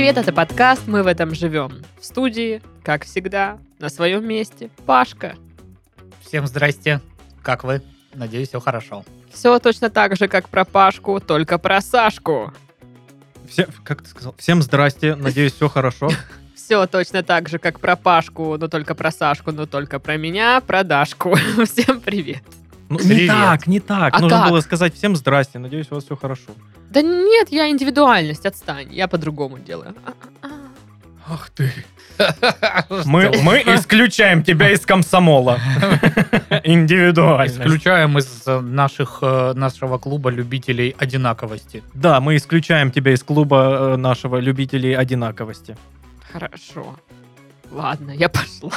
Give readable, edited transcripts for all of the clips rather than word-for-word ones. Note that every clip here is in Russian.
привет, это подкаст «Мы в этом живем». В студии, как всегда, на своем месте, Пашка. Всем здрасте, как вы? Надеюсь, все хорошо. Все точно так же, как про Пашку, только про Сашку. Как ты сказал? Всем здрасте, надеюсь, все хорошо. Все точно так же, как про Пашку, но только про Сашку, но только про меня, про Дашку. Всем привет. Не так. А Нужно как? было сказать всем здрасте, надеюсь, у вас все хорошо. Да нет, я индивидуальность, отстань. Я по-другому делаю. Ах ты. Мы исключаем тебя из комсомола. Индивидуальность. Исключаем из нашего клуба любителей одинаковости. Да, мы исключаем тебя из клуба нашего любителей одинаковости. Хорошо. Ладно, я пошла.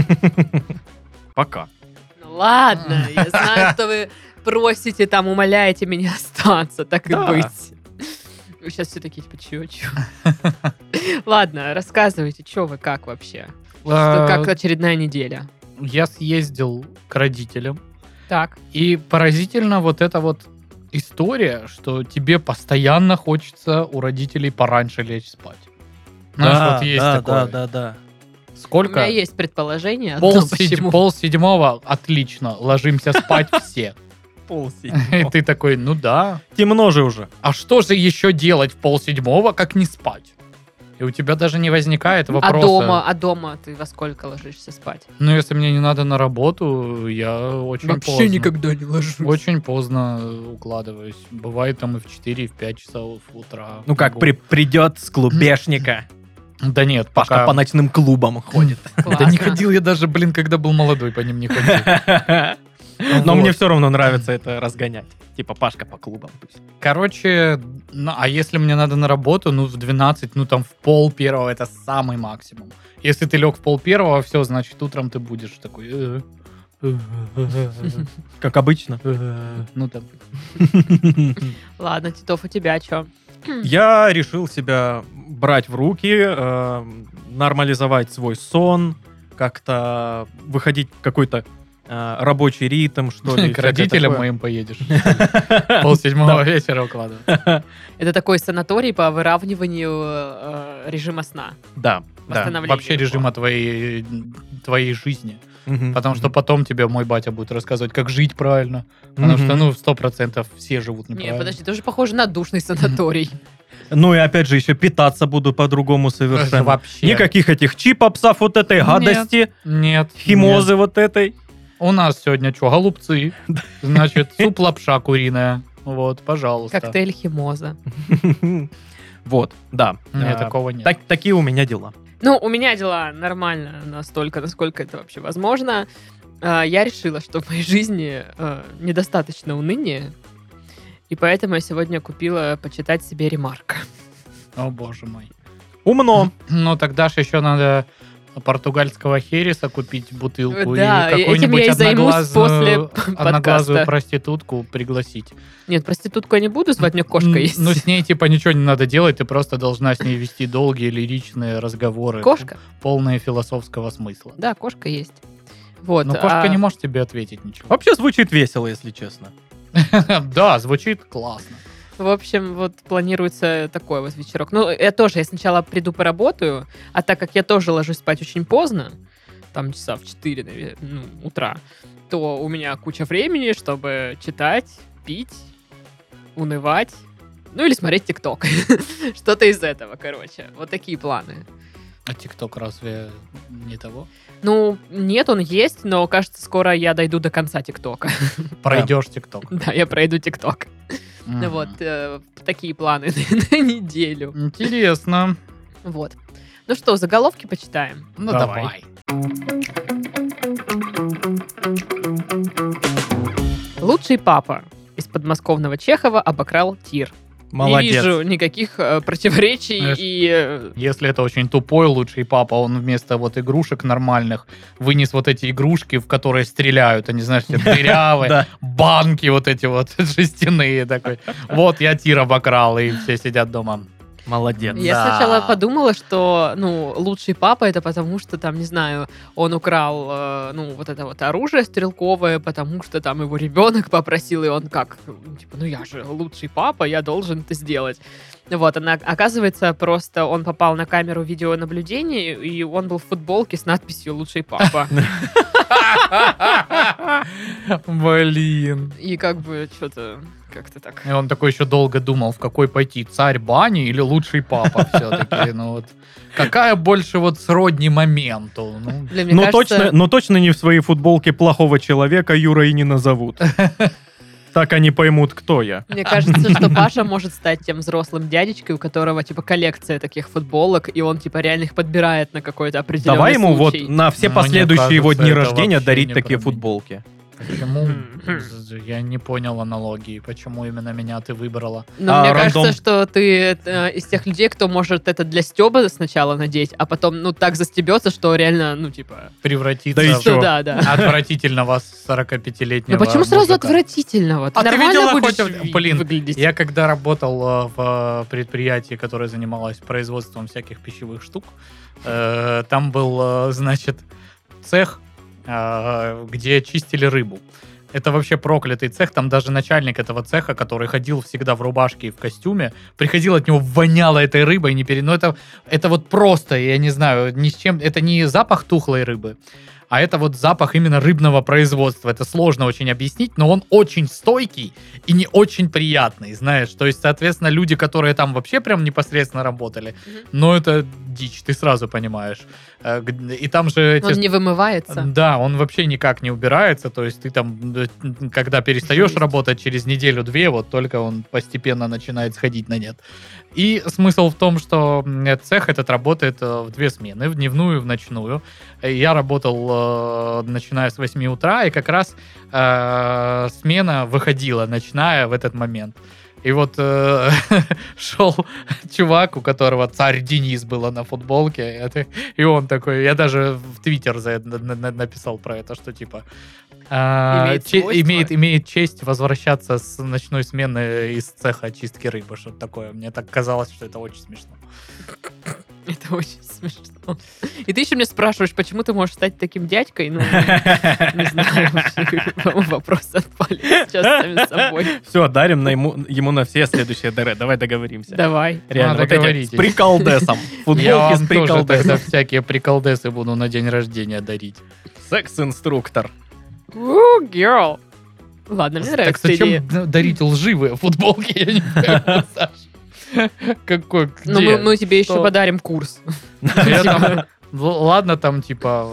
Пока. Ну ладно, я знаю, что вы просите, там, умоляете меня остаться, так и Да. быть. Вы сейчас все такие, типа, чё? Ладно, рассказывайте, что вы, как вообще? Как очередная неделя? Я съездил к родителям, Так. и поразительно вот эта вот история, что тебе постоянно хочется у родителей пораньше лечь спать. Знаешь, вот есть такое. Да. У Сколько? меня есть предположение, одно, почему. Пол-седьмого, отлично, ложимся спать все. И ты такой, ну да. Темно же уже. А что же еще делать в пол-седьмого, как не спать? И у тебя даже не возникает вопроса. А дома ты во сколько ложишься спать? Ну, если мне не надо на работу, я очень поздно. не ложусь. Очень поздно укладываюсь. Бывает там и в 4, и в 5 часов утра. Ну как, Могу. придет с клубешника. Да нет, Пашка пока... по ночным клубам ходит. Да не ходил я даже, когда был молодой, по ним не ходил. Но Вот. мне все равно нравится это разгонять. Типа Пашка по клубам. Короче, а если мне надо на работу, ну, в 12, ну, там, в пол-первого, это самый максимум. Если ты лег в пол-первого, все, значит, утром ты будешь такой... Как обычно. Ну, там... Ладно, Титов, у тебя что? Я решил себя брать в руки, нормализовать свой сон, как-то выходить в какой-то рабочий ритм, что ли. К родителям моим поедешь. Пол-седьмого вечера укладывать. Это такой санаторий по выравниванию режима сна. Да. Восстановлению. Вообще режима твоей жизни. Мгм. Потому что потом тебе мой батя будет рассказывать, как жить правильно. Потому что, ну, 100% все живут неправильно. Не, подожди, ты уже похоже на душный санаторий. Ну и опять же еще питаться буду по-другому совершенно. Вообще. Никаких этих чипопсов, вот этой гадости, Нет. химозы вот этой. У нас сегодня что, голубцы. Значит, суп-лапша куриная. Вот, пожалуйста. Коктейль химоза. Вот, да. Нет, такого нет. Такие у меня дела. Ну, у меня дела нормально настолько, насколько это вообще возможно. Я решила, что в моей жизни недостаточно уныния, и поэтому я сегодня купила почитать себе Ремарка. О, боже мой. Умно. Ну, тогда же еще надо португальского хереса купить бутылку Да, и этим какую-нибудь я и займусь после одноглазую подкаста. проститутку пригласить. Нет, проститутку я не буду звать, у меня кошка есть. Ну, с ней, типа, ничего не надо делать, ты просто должна с ней вести долгие лиричные разговоры. Кошка? Полные философского смысла. Да, кошка есть. Вот. Но кошка не может тебе ответить ничего. Вообще звучит весело, если честно. Да, звучит классно. В общем, вот планируется такой вот вечерок. Ну, я сначала приду поработаю, а так как я тоже ложусь спать очень поздно, там часа в 4 наверное, утра, то у меня куча времени, чтобы читать, пить, унывать, ну или смотреть ТикТок. Что-то из этого, короче. Вот такие планы. А ТикТок разве не того? Ну, нет, он есть, но, кажется, скоро я дойду до конца ТикТока. Пройдешь ТикТок. Да, я пройду ТикТок. Мгм. Вот, такие планы на неделю. Интересно. Вот. Ну что, заголовки почитаем? Ну, Давай. давай. Лучший папа из подмосковного Чехова обокрал тир. Молодец. Не вижу никаких противоречий Знаешь, и... Если это очень тупой лучший папа, он вместо вот игрушек нормальных вынес вот эти игрушки, в которые стреляют, они, знаешь, все дырявые, Да. банки вот эти вот жестяные такой. Вот я тир обокрал, и все сидят дома. Молодец. Я Да. сначала подумала, что, ну, лучший папа это потому, что там, не знаю, он украл, ну, вот это вот оружие стрелковое, потому что там его ребенок попросил, и он как, типа, ну я же лучший папа, я должен это сделать. Вот, оказывается, просто он попал на камеру видеонаблюдения, и он был в футболке с надписью «Лучший папа». Блин. И как бы что-то как-то так. И он такой еще долго думал, в какой пойти, царь бани или лучший папа все-таки. Ну вот, какая больше вот сродни моменту? Ну, Для меня кажется, Но точно не в своей футболке плохого человека Юра и не назовут. Так они поймут, кто я. мне кажется, что Паша может стать тем взрослым дядечкой, у которого, типа, коллекция таких футболок, и он, типа, реально их подбирает на какой-то определенный Давай ему вот случай. на все Мне последующие его кажется, дни это рождения вообще дарить не такие про меня. футболки. почему? Я не понял аналогии, почему именно меня ты выбрала. Но мне рандом. кажется, что ты из тех людей, кто может это для стёба сначала надеть, а потом, ну, так застебется, что реально, ну, типа... Превратиться Да и в чё? Да, да. отвратительного 45-летнего Ну почему сразу мужика. отвратительного? Ты А ты нормально видела будешь хоть- блин, выглядеть? Я когда работал в предприятии, которое занималось производством всяких пищевых штук, там был, значит, цех, где чистили рыбу. Это вообще проклятый цех. Там даже начальник этого цеха, который ходил всегда в рубашке и в костюме, приходил, от него воняло этой рыбой. Ну, это вот просто, я не знаю, ни с чем. Это не запах тухлой рыбы, а это вот запах именно рыбного производства. Это сложно очень объяснить, но он очень стойкий и не очень приятный, знаешь. То есть, соответственно, люди, которые там вообще прям непосредственно работали, но это дичь, ты сразу понимаешь. И там же... Он не вымывается. Да, он вообще никак не убирается, то есть ты там, когда перестаешь Жесть. работать через неделю-две, вот только он постепенно начинает сходить на нет. И смысл в том, что цех этот работает в две смены, в дневную и в ночную. Я работал, начиная с 8 утра, и как раз смена выходила ночная в этот момент. И вот шел чувак, у которого царь Денис было на футболке, и он такой, я даже в Твиттер написал про это, что типа Имеет свойства. имеет честь возвращаться с ночной смены из цеха очистки рыбы, что-то такое. Мне так казалось, что это очень смешно. Это очень смешно. И ты еще меня спрашиваешь, почему ты можешь стать таким дядькой? Ну, не знаю, по-моему, вопросы отпали сейчас сами собой. Все, дарим ему на все следующие дары. Давай договоримся. Давай. Реально, вот эти договоритесь. с приколдесом. Я Футболки вам с тоже тогда приколдесом. всякие приколдесы буду на день рождения дарить. Секс-инструктор. Girl. Ладно, мне Так нравится идея. зачем дарить лживые футболки? Я не понимаю, Саш. Какой, Ну, где? мы тебе еще Что? подарим курс. Я там- Ладно, там типа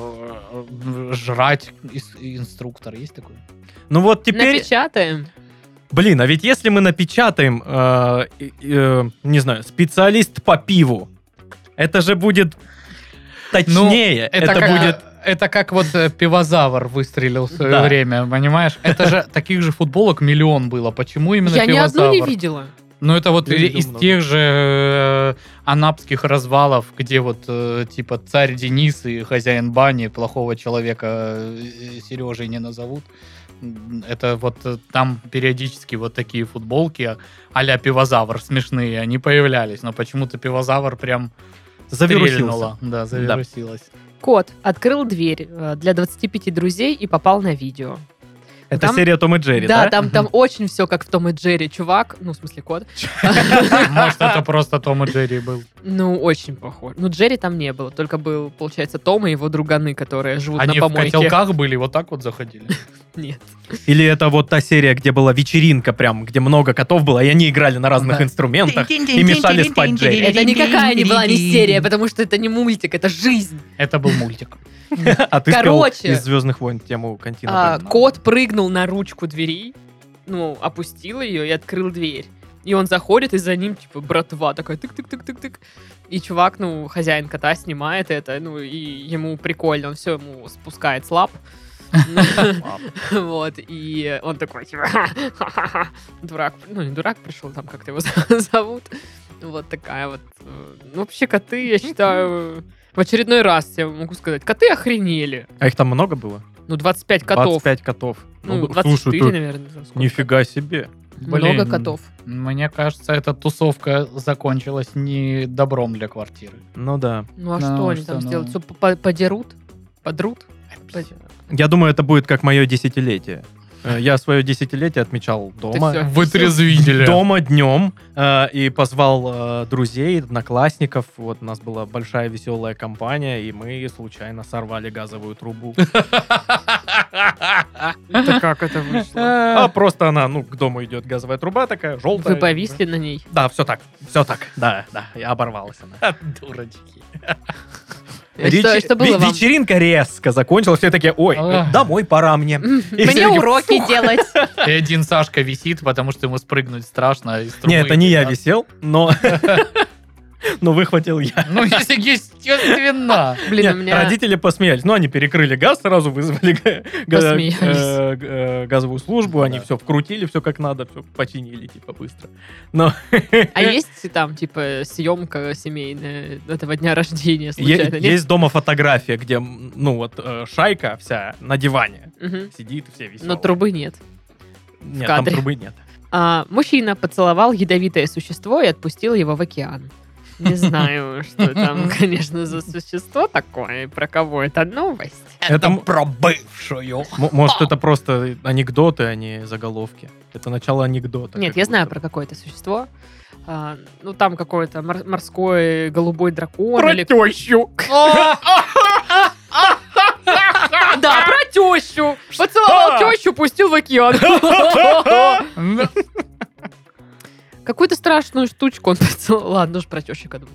жрать инструктор есть такой? Ну вот теперь, Напечатаем. блин, а ведь если мы напечатаем, не знаю, специалист по пиву, это же будет точнее. Это будет... Это как вот пивозавр выстрелил в свое Да. время, понимаешь? Это же таких же футболок миллион было. Почему именно Я ни одну не пивозавр? видела. Ну, это вот Я видел из много. тех же анапских развалов, где вот типа царь Денис и хозяин бани плохого человека Сережей не назовут. Это вот там периодически вот такие футболки а-ля пивозавр смешные, они появлялись. Но почему-то пивозавр прям Завирусился. стрельнула. Да, завирусилась. Кот открыл дверь для 25 друзей и попал на видео. Это Там- серия Том и Джерри, Да, да? там очень все как в Том и Джерри. Чувак, ну, в смысле, кот. Может, это просто Том и Джерри был. Ну, очень похож. Ну, Джерри там не было. Только был, получается, Том и его друганы, которые живут Они на в помойке. котелках были, вот так вот заходили. Нет. Или это вот та серия, где была вечеринка прям, где много котов было, и они играли на разных Да. инструментах и мешали спать Джерри. Это никакая не была не серия, потому что это не мультик, это жизнь. Это был мультик. А ты сказал Короче. из «Звездных войн» тему Кантина. Кот прыгнул на ручку двери, ну, опустил ее и открыл дверь. И он заходит, и за ним, типа, братва такая тык-тык-тык-тык-тык. И чувак, ну, хозяин кота снимает это, ну, и ему прикольно, он все ему спускает с лап. Вот, и он такой, типа, дурак, ну, не дурак пришел, там как-то его зовут. Вот такая вот. Ну, вообще, коты, я считаю, в очередной раз я могу сказать, коты охренели. А их там много было? Ну, 25 котов. 25 котов. Ну, Ну, 24, слушай, ты наверное. сколько. нифига себе. Много котов. Мне кажется, эта тусовка закончилась не добром для квартиры. Ну да. Ну а Ну, что они что, там ну? сделают? Всё подерут? Подрут? Я думаю, это будет как мое десятилетие. Я свое десятилетие отмечал дома. всё. Вытрезвители. Дома днем и позвал друзей, одноклассников. Вот у нас была большая веселая компания, и мы случайно сорвали газовую трубу. Это как это вышло? А просто она, к дому идет газовая труба такая, желтая. Вы повисли на ней? Да, все так. Да, и оборвалась она. Дурочки. Что было вам? Вечеринка резко закончилась, все такие, ой, Ах. домой пора мне. И все Мне такие, уроки «Фух». делать. И один Сашка висит, потому что ему спрыгнуть страшно. из трубы. Не, это не я висел, но выхватил я. Ну, если естественно. Блин, Нет, у меня... родители посмеялись. Ну, они перекрыли газ, сразу вызвали Посмеялись. газовую службу, они Да. все вкрутили, все как надо, все починили, типа, быстро. Но А есть там, типа, съемка семейная этого дня рождения случайно? нет? есть дома фотография, где, шайка вся на диване Мгм. сидит, и все веселые. Но трубы нет. Нет, там кадре. трубы нет. Мужчина поцеловал ядовитое существо и отпустил его в океан. Не знаю, что там, конечно, за существо такое, и про кого это новость. Это про бывшую. Может, это просто анекдоты, а не заголовки. Это начало анекдота. Нет, как я знаю будто про бы. какое-то существо. Там какой-то морской голубой дракон. Про или... тещу. Да, про тещу. Поцеловал тещу, пустил в океан. Какую-то страшную штучку он поцеловал. Ладно, уж про тещу думаю.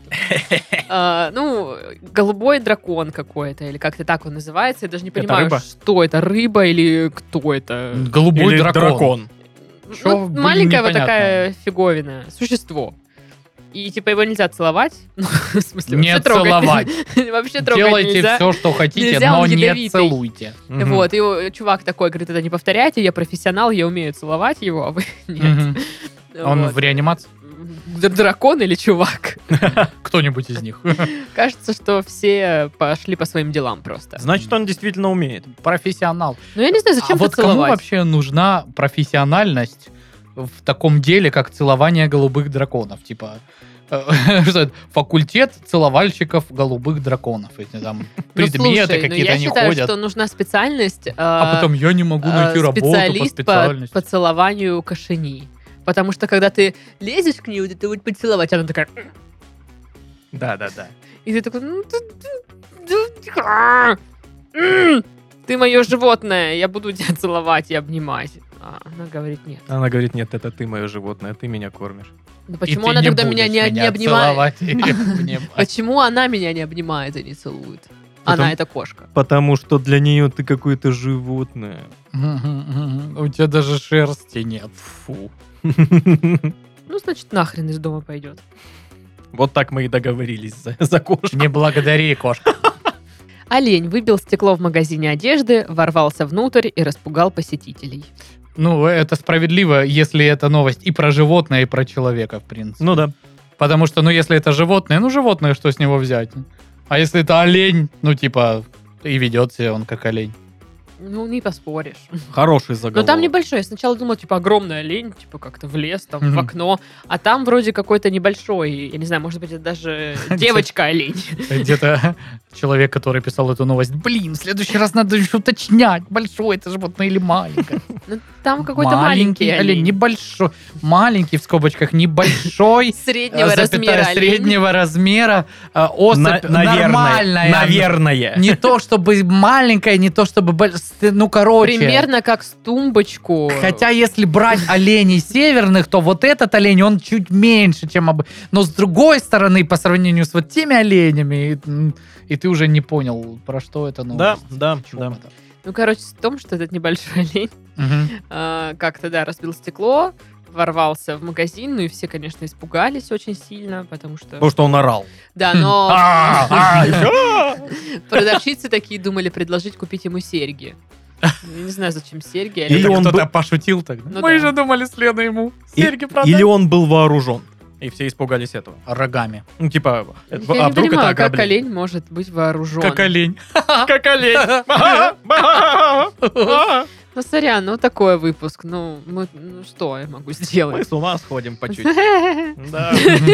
Голубой дракон какой-то, или как-то так он называется. Я даже не Это понимаю, рыба? что это, рыба или кто это. Голубой Или дракон. Ну, маленькая вот такая фиговина. Существо. И типа его нельзя целовать. Ну, в смысле, Не вообще трогать. целовать. Вообще трогать Делайте нельзя. все, что хотите, Нельзя, но он не ядовитый. целуйте. Мгм. Вот, и чувак такой говорит, это не повторяйте, я профессионал, я умею целовать его, а вы нет. Мгм. Он Вот. в реанимации? Дракон или чувак? Кто-нибудь из них. Кажется, что все пошли по своим делам просто. Значит, он действительно умеет. Профессионал. Ну, я не знаю, зачем А вот кому целовать. вообще нужна профессиональность в таком деле, как целование голубых драконов? Типа, что это? Факультет целовальщиков голубых драконов. Эти там предметы слушай, какие-то я они считаю, ходят. что нужна специальность. А потом я не могу найти работу по специалист специальности. по целованию кошени. Потому что когда ты лезешь к ней, вот ты вот поцеловать, она такая... Да. И ты такой... Ты мое животное, я буду тебя целовать и обнимать. А она говорит нет. Она говорит, нет, это ты мое животное, ты меня кормишь. Ну И почему ты она не тогда меня будешь не обнимает? целовать и обнимать. Почему она меня не обнимает и не целует? Потому- Она это кошка. Потому что для нее ты какое-то животное. У тебя даже шерсти нет. Фу. Ну, значит, нахрен из дома пойдет. Вот так мы и договорились за кошку. Не благодари, кошка. Олень выбил стекло в магазине одежды, ворвался внутрь и распугал посетителей. Ну, это справедливо, если это новость и про животное, и про человека, в принципе. Ну да. Потому что, если это животное, животное, что с него взять? А если это олень, и ведет себя он как олень. Ну, не поспоришь. Хороший заголовок. Но там небольшой. Я сначала думала, огромный олень, как-то в лес, там, в Мгм. окно. А там вроде какой-то небольшой, я не знаю, может быть, это даже девочка-олень. Где-то человек, который писал эту новость, в следующий раз надо еще уточнять, большое это животное или маленькое. Ну, там какой-то маленький олень. Небольшой. Маленький, в скобочках, небольшой. Среднего запятая, размера олень. среднего размера. Особь нормальная. Наверное. Не то, чтобы маленькая, не то, чтобы... короче. Примерно как с тумбочку. Хотя, если брать оленей северных, то вот этот олень, он чуть меньше, чем... Но с другой стороны, по сравнению с вот теми оленями, и ты уже не понял, про что это новость. Да. В чём это. Ну, короче, в том, что этот небольшой олень Мгм. как-то, разбил стекло, ворвался в магазин, ну и все, конечно, испугались очень сильно, потому что... Потому что он орал. Да, но Ещё! продавщицы такие думали предложить купить ему серьги. Я не знаю, зачем серьги. Или Это он кто-то был- пошутил тогда. Ну Мы да. же думали с Леной ему И- серьги продать. Или он был вооружен. И все испугались этого. Рогами. Ну, типа, Я а не вдруг это понимаю, как ограбление? олень может быть вооружен. Как олень. Как олень. Ну, сорян, ну такой выпуск. Ну что я могу Мы сделать? с ума сходим по чуть. Да.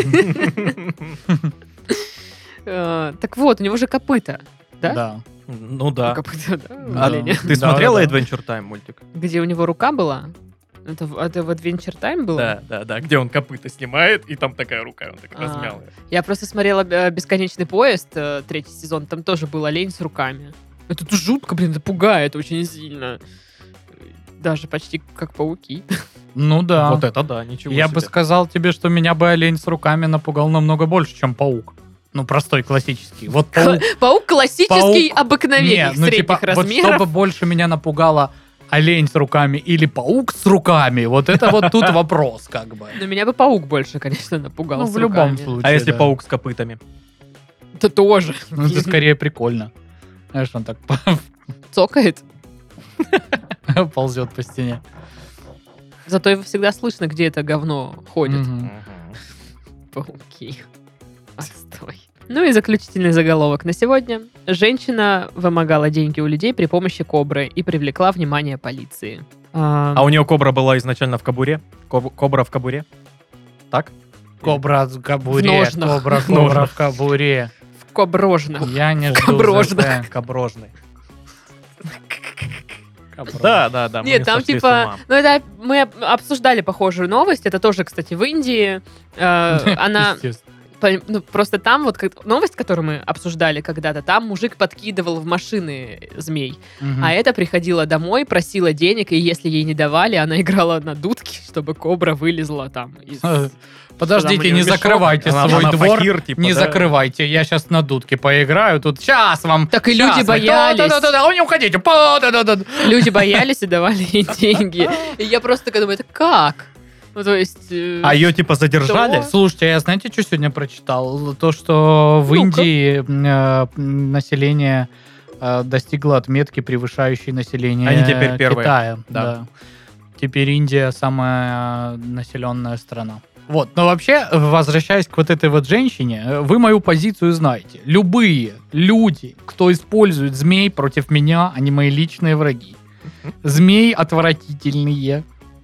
Так вот, у него же копыта, да? Да. Ну да. Копыта, да? Да. оленя? Ты смотрела да. Adventure Time мультик? Где у него рука была? Это в Adventure Time было? Да. Где он копыта снимает, и там такая рука, он так размял ее. Я просто смотрела «Бесконечный поезд», 3-й сезон, там тоже был олень с руками. Это жутко, блин, это пугает очень сильно. Даже почти как пауки. Ну да. Вот это да, ничего Я себе. бы сказал тебе, что меня бы олень с руками напугал намного больше, чем паук. Ну, простой, классический. Вот паук... Паук классический, Паук- обыкновенный, Не, ну средних типа, вот размеров. чтобы больше меня напугало олень с руками или паук с руками, вот это вот тут вопрос, как бы. Но меня бы паук больше, конечно, напугал Ну, с в любом руками. случае. А если да. паук с копытами? Это тоже. Ну, это скорее прикольно. Знаешь, он так Цокает. ползет по стене. Зато его всегда слышно, где это говно ходит. Мгм. Пауки. Отстой. Ну и заключительный заголовок на сегодня. Женщина вымогала деньги у людей при помощи кобры и привлекла внимание полиции. А у нее кобра была изначально в кобуре? Кобра в кобуре? Так? Кобра в кобуре, В ножнах. кобра В ножнах. в кобуре. В коброжном. Я не жду Коброжных. ЗТ. Коброжный. Кобра. Да. мы Нет, не там сошли с типа... ума. Ну, это мы обсуждали похожую новость. Это тоже, кстати, в Индии. Она... Естественно. Ну, просто там вот новость, которую мы обсуждали когда-то, там мужик подкидывал в машины змей. Мгм. А эта приходила домой, просила денег, и если ей не давали, она играла на дудке, чтобы кобра вылезла там. Подождите, Там у неё не мешок. закрывайте Она свой на двор. факир, типа, Не да? закрывайте, я сейчас на дудке поиграю. Тут сейчас вам. Так и щас люди вы. боялись. Да-да-да, не уходите. Да-да-да. Люди боялись и давали ей деньги. И я просто такая думаю, это как? Ну, то есть... А ее типа задержали? Что? Слушайте, я знаете, что сегодня прочитал? То, что в Ну-ка. Индии население достигло отметки, превышающей население Они теперь первые. Китая. Да. Да. Теперь Индия самая населенная страна. Вот, но вообще, возвращаясь к вот этой вот женщине, вы мою позицию знаете. Любые люди, кто использует змей против меня, они мои личные враги. Змеи отвратительные,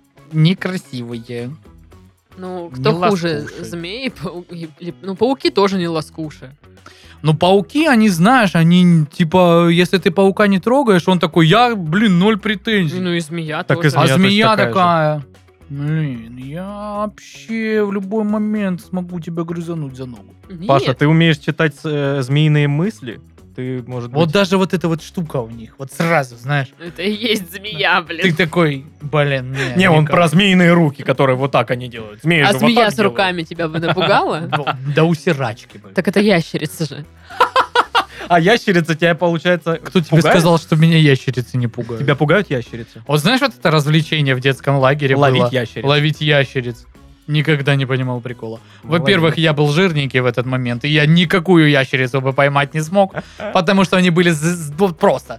некрасивые. Ну, кто Не хуже, ласкуши. змеи? Ну, пауки тоже не ласкуши. Ну, пауки, они, знаешь, они, типа, если ты паука не трогаешь, он такой, я, блин, 0 претензий. Ну, и змея Так тоже. и А змея змея точно такая такая, блин, я вообще в любой момент смогу тебя грызануть за ногу. Нет. Паша, ты умеешь читать змеиные мысли? Ты, может Вот быть... даже вот эта вот штука у них, вот сразу, знаешь, Это и есть змея, ты блин. такой, блин, Не, он никак. про змеиные руки, которые вот так они делают. Змеи А же вот змея так с делают. руками тебя бы напугала? Ну, да усирачки, блин. Так это ящерица же. А ящерица тебя, получается, Кто тебе пугает? сказал, что меня ящерицы не пугают? Тебя пугают ящерицы? Вот знаешь, вот это развлечение в детском лагере Ловить было? ящериц. Ловить ящериц. Никогда не понимал прикола. Молодец. Во-первых, я был жирненький в этот момент, и я никакую ящерицу бы поймать не смог, потому что они были вот просто.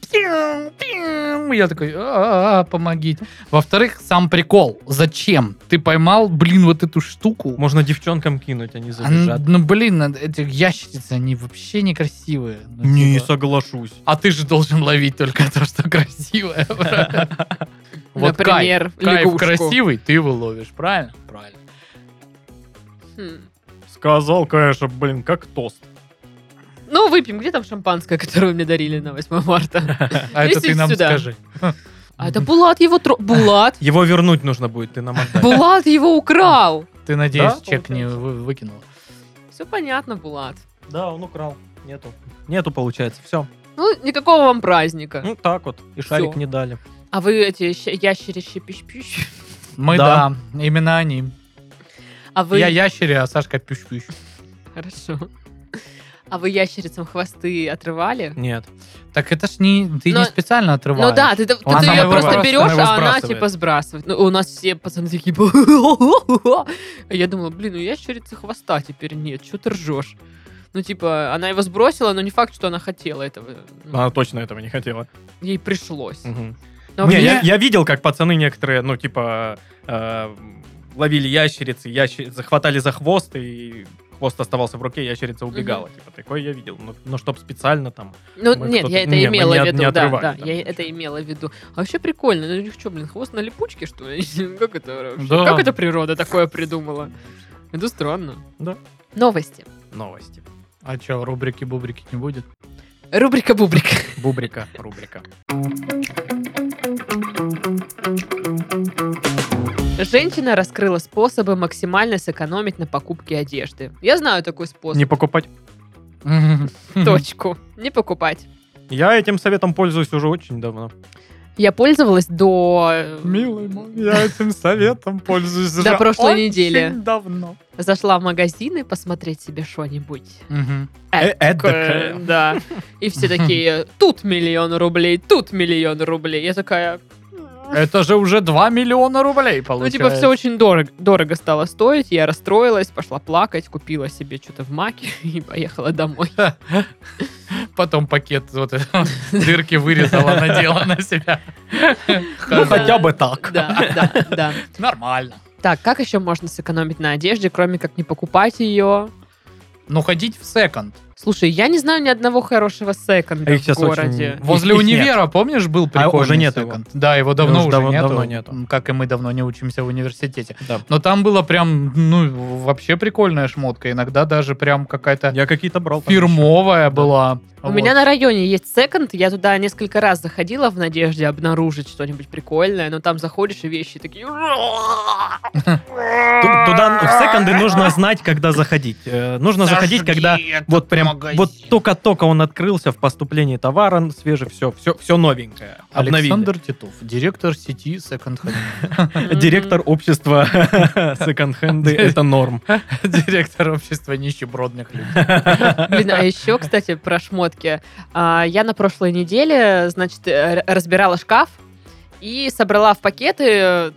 Я такой, помогите. Во-вторых, сам прикол. Зачем? Ты поймал, блин, вот эту штуку. Можно девчонкам кинуть, они А, забежат. ну, блин, эти ящерицы, они вообще некрасивые. Ну, Не типа. соглашусь. А ты же должен ловить только то, что красивое. Вот Например, кайф лягушку. красивый, ты его ловишь, правильно? Правильно. Хм. Сказал, конечно, блин, как тост. Ну, выпьем. Где там шампанское, которое вы мне дарили на 8 марта? А это ты Несите нам сюда. скажи. А это Булат его... Булат? Его вернуть нужно будет, ты нам отдай. Булат его украл. Ты, надеюсь, Да, чек не получается. выкинул? Все понятно, Булат. Да, он украл. Нету, получается. Все. Ну, никакого вам праздника. Ну, так вот. И шарик Всё. не дали. А вы эти ящерищи пищ-пищ? Мы, Да. да, именно они. А вы... Я ящере, а Сашка пющ-пющ. Хорошо. А вы ящерицам хвосты отрывали? Нет. Так это ж не... Ты Но- не специально отрываешь. Ну да, ты Она ее его просто просто- берешь, она его а она сбрасывает. типа сбрасывает. Ну, у нас все пацаны такие... А я думала, блин, у ящерицы хвоста теперь нет, что ты ржешь? Ну, типа, она его сбросила, но не факт, что она хотела этого. Ну, Она точно этого не хотела. ей пришлось. Мгм. Но Не, вообще- я видел, как пацаны некоторые, ну, типа, ловили ящерицы, захватали за хвост и хвост оставался в руке, ящерица убегала. Типа, такое я видел. Но чтоб специально там... Ну, мы нет, кто-то- я это не, мы имела не в от- виду, не да, отрывали да, там я ничего. это имела в виду. А вообще прикольно, ну что, блин, хвост на липучке, что ли? Как это вообще? Да. Как это природа такое придумала? Это странно. Да. Новости. Новости. А что, рубрики-бубрики не будет? Рубрика-бубрика. Бубрика, рубрика. Женщина раскрыла способы максимально сэкономить на покупке одежды. Я знаю такой способ. Не покупать. Точку. Не покупать. Я этим советом пользуюсь уже очень давно. Я пользовалась до... Милый мой, я этим советом пользуюсь До уже прошлой очень недели. давно. Зашла в магазины посмотреть себе что-нибудь. Эдакое. Эдакое, да. И все такие, тут 1 000 000 рублей, тут 1 000 000 рублей. Я такая... Это же уже 2 миллиона рублей Ну, получается. типа, все очень дорого стало стоить. Я расстроилась, пошла плакать, купила себе что-то в Маке и поехала домой. Потом пакет вот дырки вырезала, надела на себя. Ну, хотя бы так. Да. Нормально. Так, как еще можно сэкономить на одежде, кроме как не покупать ее? Ну, ходить в секонд. Слушай, я не знаю ни одного хорошего секонда А их в сейчас городе. очень- Возле Их универа, помнишь, был прикольный уже нет секонд? Да, его давно Его уже уже нету. давно нету. Как и мы давно не учимся в университете. Да. Но там было прям, ну, вообще прикольная шмотка. Иногда даже прям какая-то Я какие-то брал. там фирмовая была. У меня на районе есть секонд, я туда несколько раз заходила в надежде обнаружить что-нибудь прикольное, но там заходишь и вещи такие... еще. Туда в секонды нужно знать, когда заходить. Нужно заходить, когда вот прям вот только-только он открылся в поступлении товара, свежий, все новенькое. Обновили. Александр Титов, директор сети Second Hand. Директор общества секонд-хенды, это норм. Директор общества нищебродных людей. Блин, а еще, кстати, про шмотки. Я на прошлой неделе, значит, разбирала шкаф и собрала в пакеты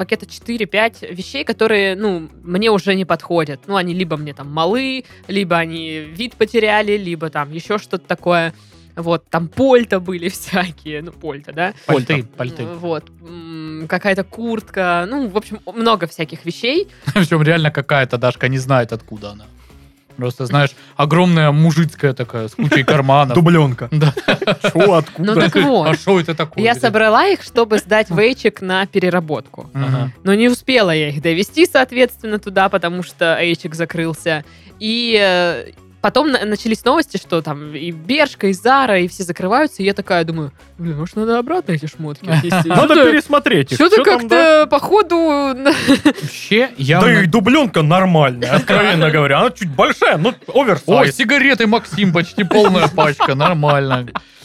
4-5 вещей, которые, ну, мне уже не подходят. Ну, они либо мне там малы, либо они вид потеряли, либо там еще что-то такое. Вот, там пальто были всякие. Ну, пальто, да? Пальты. Вот. Какая-то куртка. Ну, в общем, много всяких вещей. Причем реально какая-то Дашка не знает, откуда она. Просто, знаешь, огромная мужицкая такая, с кучей карманов. Дубленка. Да. Шо, откуда? Ну, так А вот. что это такое? Я собрала их, чтобы сдать в Эйчик на переработку. Ага. Но не успела я их довести, соответственно, туда, потому что Эйчик закрылся. И потом начались новости, что там и Бершка, и Зара, и все закрываются. И я такая думаю, блин, может, надо обратно эти шмотки отнести? Надо пересмотреть их. Что-то Чё там, как-то, походу... Вообще, я... Да и дубленка нормальная, откровенно говоря. Она чуть большая, но О, оверсайз. сигареты, Максим, почти полная пачка, нормально.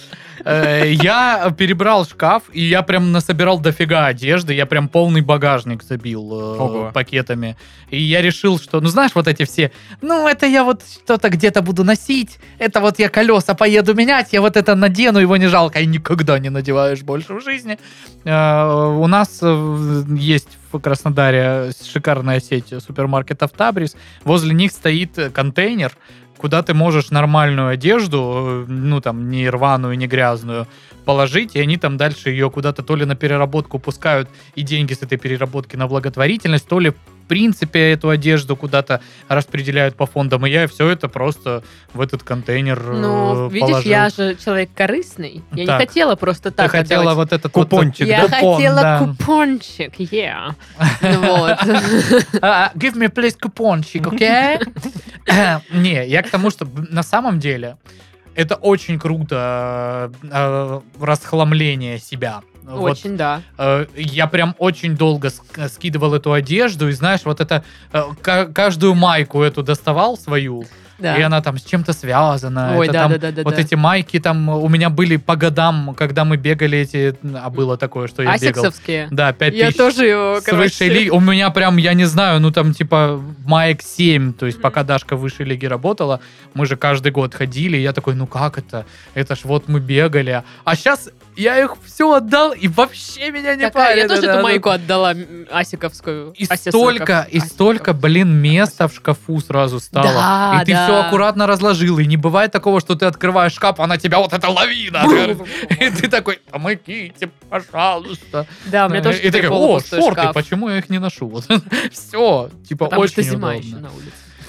Я перебрал шкаф, и я прям насобирал дофига одежды, я прям полный багажник забил Ого. пакетами. И я решил, что, ну знаешь, вот эти все, ну это я вот что-то где-то буду носить, это вот я колеса поеду менять, я вот это надену, его не жалко, и никогда не надеваешь больше в жизни. У нас есть в Краснодаре шикарная сеть супермаркетов Табрис, возле них стоит контейнер, куда ты можешь нормальную одежду, ну там не рваную, не грязную, положить, и они там дальше ее куда-то то ли на переработку пускают, и деньги с этой переработки на благотворительность, то ли в принципе эту одежду куда-то распределяют по фондам, и я все это просто в этот контейнер Ну, видишь, положил. я же человек корыстный. Я Так. не хотела просто Ты так хотела отдавать. вот этот Купончик, Я вот, купон, хотела да. купончик, yeah. Вот. Give me please купончик, окей? Не, я к тому, что на самом деле это очень круто расхламление себя. Вот, Очень, да. я прям очень долго скидывал эту одежду, и знаешь, вот это каждую майку эту доставал свою, Да. и она там с чем-то связана. Ой, это да, там да. вот эти майки там у меня были по годам, когда мы бегали эти, а было такое, что я бегал. Асиксовские. Да, 5 Я тысяч тоже его, с высшей лиги. У меня прям, я не знаю, ну там типа маек 7, то есть пока Дашка в высшей лиге работала, мы же каждый год ходили, и я такой, ну как это? Это ж вот мы бегали. А сейчас я их все отдал, и вообще меня не Такая, я парит. тоже эту майку отдала асиковскую. И столько, блин, места в шкафу сразу стало. Да, и ты да. все аккуратно разложил. И не бывает такого, что ты открываешь шкаф, а на тебя вот эта лавина. И ты такой, помогите, пожалуйста. Да, у меня тоже И ты такой, о, полупустой шорты, шкаф. почему я их не ношу? Все, типа, Потому что очень зима удобно. еще на улице.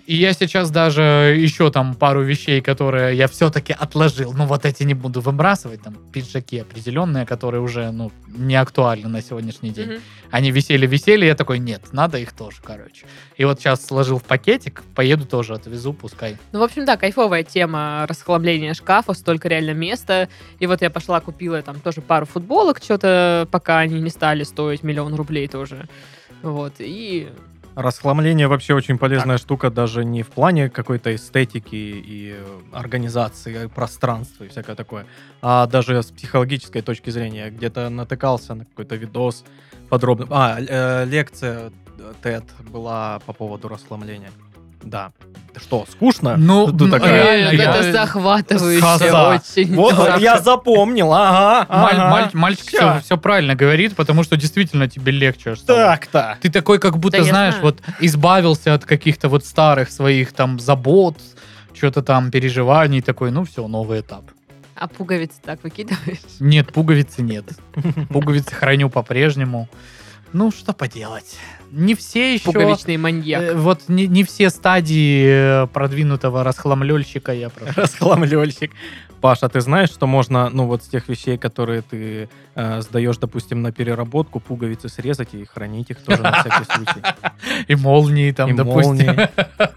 И я сейчас даже еще там пару вещей, которые я все-таки отложил. Ну, вот эти не буду выбрасывать. Там пиджаки определенные, которые уже, ну, не актуальны на сегодняшний день. Мгм. Они висели, я такой, нет, надо их тоже, короче. И вот сейчас сложил в пакетик, поеду тоже отвезу, пускай. Ну, в общем, да, кайфовая тема расхламления шкафа, столько реально места. И вот я пошла, купила там тоже пару футболок, что-то, пока они не стали стоить 1 000 000 рублей тоже. Вот, и... Расхламление вообще очень полезная штука, даже не в плане какой-то эстетики и организации пространства и всякое такое, а даже с психологической точки зрения. Где-то натыкался на какой-то видос подробно. Лекция TED была по поводу расхламления. Да. Что, скучно? Ну, Ты такая, реально, это я- захватывающе Сказа. очень. Вот, Да. я запомнил, ага. Мальчик Ща. все правильно говорит, потому что действительно тебе легче стало. Так-то. Ты такой, как будто, Да, я знаешь, знаю. вот избавился от каких-то вот старых своих там забот, что-то там переживаний, такой, ну все, новый этап. А пуговицы так выкидываешь? Нет, пуговицы нет. Пуговицы храню по-прежнему. Ну, что поделать. Не все еще... Пуговичный маньяк. Вот не все стадии продвинутого расхламлёльщика я прошел. Расхламлёльщик. Паша, ты знаешь, что можно, ну вот с тех вещей, которые ты сдаешь, допустим, на переработку, пуговицы срезать и хранить их тоже на всякий случай. И молнии там, И допустим. молнии.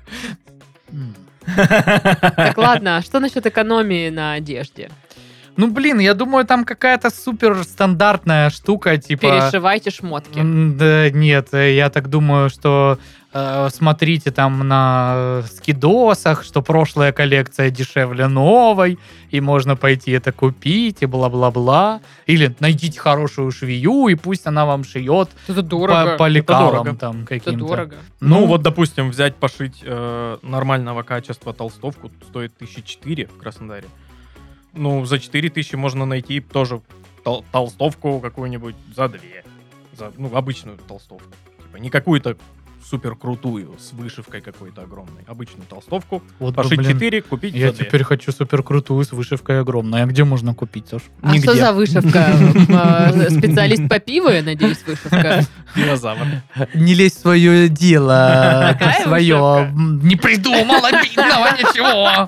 Так, ладно, а что насчет экономии на одежде? Ну, блин, я думаю, там какая-то супер стандартная штука, типа... Перешивайте шмотки. Да нет, я так думаю, что смотрите там на скидосах, что прошлая коллекция дешевле новой, и можно пойти это купить, и бла-бла-бла. Или найдите хорошую швею, и пусть она вам шьет Это дорого. по лекалам дорого. там Это каким-то. дорого. Ну вот, допустим, взять, пошить нормального качества толстовку стоит 1004 в Краснодаре. Ну, за 4000 можно найти тоже толстовку какую-нибудь за 2. Ну, обычную толстовку. Типа не какую-то супер крутую с вышивкой какой-то огромной. Обычную толстовку. Вот бы, Пошить блин, 4, купить я за 2. теперь хочу супер крутую с вышивкой огромной. А где можно купить, Саш? А что за вышивка? Специалист по пиву, я надеюсь, вышивка? Динозавр. Не лезь в свое дело. Какая Свое. вышивка? Не придумал обидного ничего.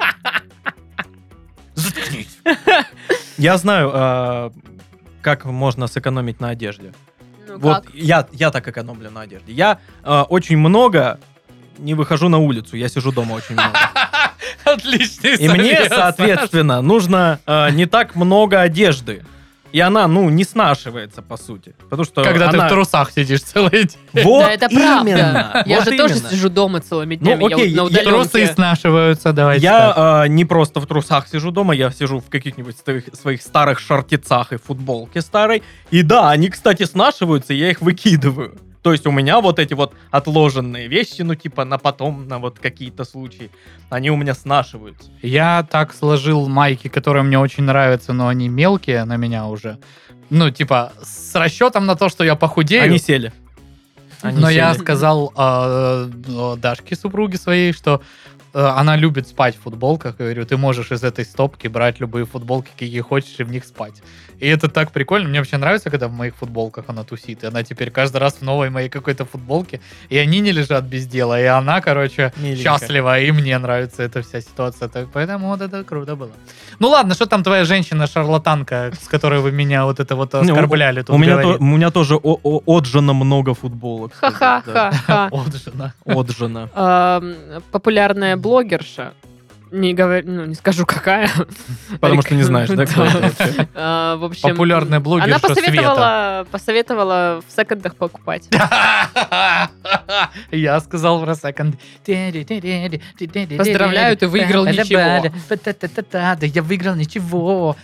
Заткнись. Я знаю, как можно сэкономить на одежде. Ну Вот как? я так экономлю на одежде. Я очень много не выхожу на улицу, я сижу дома очень много. Отличный И мне, совет, соответственно, нужно не так много одежды. И она, ну, не снашивается, по сути. Потому что Когда ты она... в трусах сидишь целый день. Вот Да, это правда. именно. Я вот же тоже именно. сижу дома целыми днями. Ну, окей, я вот на я Трусы удаленке. снашиваются, давайте так. Я не просто в трусах сижу дома, я сижу в каких-нибудь своих старых шортицах и футболке старой. И да, они, кстати, снашиваются, и я их выкидываю. То есть у меня вот эти вот отложенные вещи, ну, типа, на потом, на вот какие-то случаи, они у меня снашиваются. Я так сложил майки, которые мне очень нравятся, но они мелкие на меня уже. Ну, типа, с расчетом на то, что я похудею. Они сели. Но я сели. сказал Дашке, супруге своей, что она любит спать в футболках. Я говорю, ты можешь из этой стопки брать любые футболки, какие хочешь, и в них спать. И это так прикольно. Мне вообще нравится, когда в моих футболках она тусит. И она теперь каждый раз в новой моей какой-то футболке. И они не лежат без дела. И она, короче, Миленько. счастлива. И мне нравится эта вся ситуация. Так, поэтому вот это круто было. Ну ладно, что там твоя женщина-шарлатанка, с которой вы меня вот это вот оскорбляли тут У говорит? меня тоже отжено много футболок. кстати, да. Ха-ха-ха-ха. Вот жена. Отжено. Популярная блогерша, не говорю, ну, не скажу какая. Потому что не знаешь, да, кто это вообще? В общем, Популярная блогерша она посоветовала в секондах покупать. Я сказал про секонд. Поздравляю, ты выиграл ничего. Да, я выиграл ничего.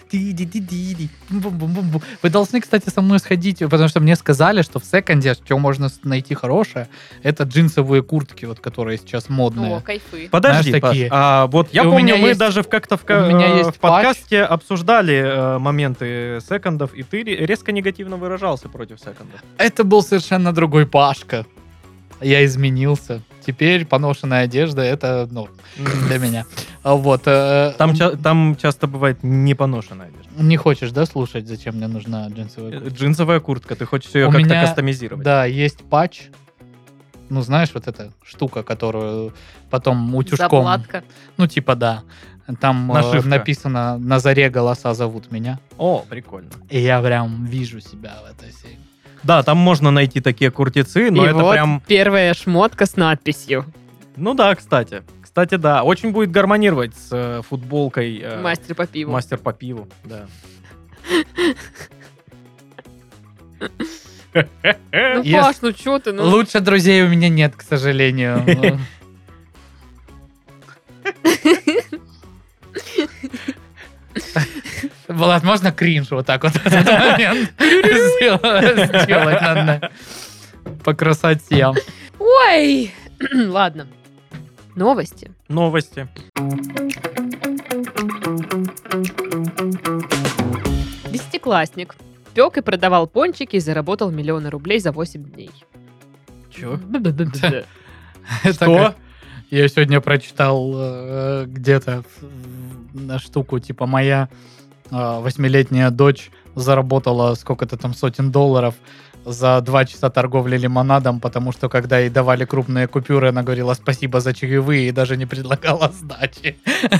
Вы должны, кстати, со мной сходить, потому что мне сказали, что в секонде, что можно найти хорошее, это джинсовые куртки, вот которые сейчас О, модные. кайфы. Подожди, Знаешь, Паш, такие. вот я И у помню, меня мы есть- даже как-то у меня есть в подкасте обсуждали моменты секондов, и ты резко негативно выражался против секондов. Это был совершенно другой Пашка. Я изменился. Теперь поношенная одежда это, ну, для меня. Вот. Там часто бывает непоношенная одежда. Не хочешь, да, слушать, зачем мне нужна джинсовая куртка? Джинсовая куртка, ты хочешь ее У как-то меня- кастомизировать. Да, есть патч. ну, знаешь, вот эта штука, которую потом утюжком... Заплатка. Ну, типа, да. Там Нашивка. написано «На заре голоса зовут меня». О, прикольно. И я прям вижу себя в этой серии. Да, там можно найти такие куртецы, но И это вот прям... первая шмотка с надписью Ну да, кстати. Кстати, да. Очень будет гармонировать с футболкой «Мастер по пиву». «Мастер по пиву». Да. Ну, Если- Паш, ну что ты? Ну, Лучше друзей у меня нет, к сожалению. Влад, можно кринж вот так вот в этот момент сделать надо по красоте. Ой! Ладно. Новости. Новости. Десятиклассник пек и продавал пончики и заработал миллионы рублей за 8 дней. Чё? Б-б-б-б-б. Это Что? как- Я сегодня прочитал где-то на штуку, типа моя 8-летняя дочь заработала сколько-то там сотен долларов за 2 часа торговли лимонадом, потому что когда ей давали крупные купюры, она говорила спасибо за чаевые и даже не предлагала сдачи.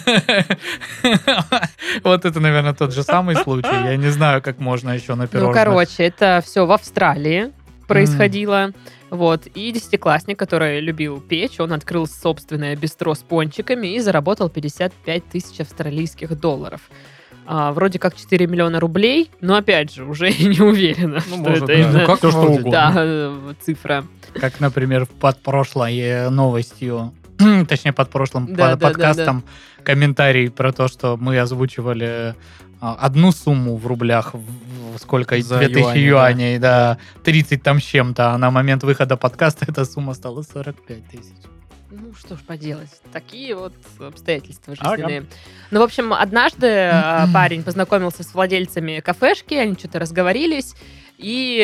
Вот это, наверное, тот же самый случай. Я не знаю, как можно еще на Ну, пирожных. короче, это все в Австралии происходило. Вот. И десятиклассник, который любил печь, он открыл собственное бистро с пончиками и заработал 55 тысяч австралийских долларов. Вроде как 4 миллиона рублей, но опять же, уже не уверена, Ну, что может, это да. именно Ну, как Всё, что может? угодно. да, цифра. Как, например, под прошлой новостью, точнее, под прошлым Да, да, подкастом, комментарий про то, что мы озвучивали одну сумму в рублях, сколько? За 2000 юаней, юаней, да, 30 там с чем-то, а на момент выхода подкаста эта сумма стала 45 тысяч. Ну, что ж поделать. Такие вот обстоятельства Ага. жизненные. Ну, в общем, однажды парень познакомился с владельцами кафешки, они что-то разговорились, и...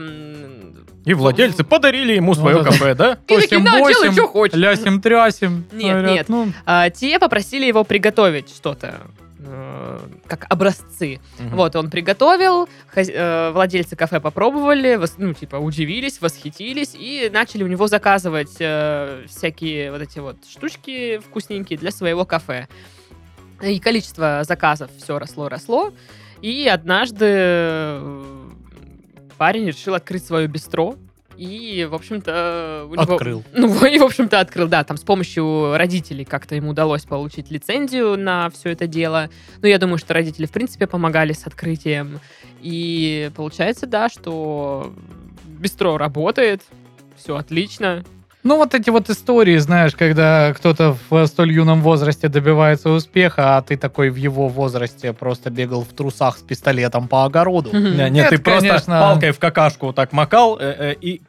И владельцы подарили ему свое Ну, да. кафе, да? И такие, Тосим, да, делай, босим, что хочешь. Лясим-трясим. Нет, Говорят, нет. ну, Те попросили его приготовить что-то, как образцы. Мгм. Вот, он приготовил, владельцы кафе попробовали, ну, типа, удивились, восхитились и начали у него заказывать всякие вот эти вот штучки вкусненькие для своего кафе. И количество заказов все росло. И однажды парень решил открыть свое бистро. И, в общем-то, у него... открыл. Ну, и, в общем-то, открыл, да, там с помощью родителей как-то ему удалось получить лицензию на все это дело. Ну, я думаю, что родители, в принципе, помогали с открытием. И получается, да, что бистро работает, все отлично. Ну, вот эти вот истории, знаешь, когда кто-то в столь юном возрасте добивается успеха, а ты такой в его возрасте просто бегал в трусах с пистолетом по огороду. Да, нет, Это, ты просто конечно. палкой в какашку вот так макал и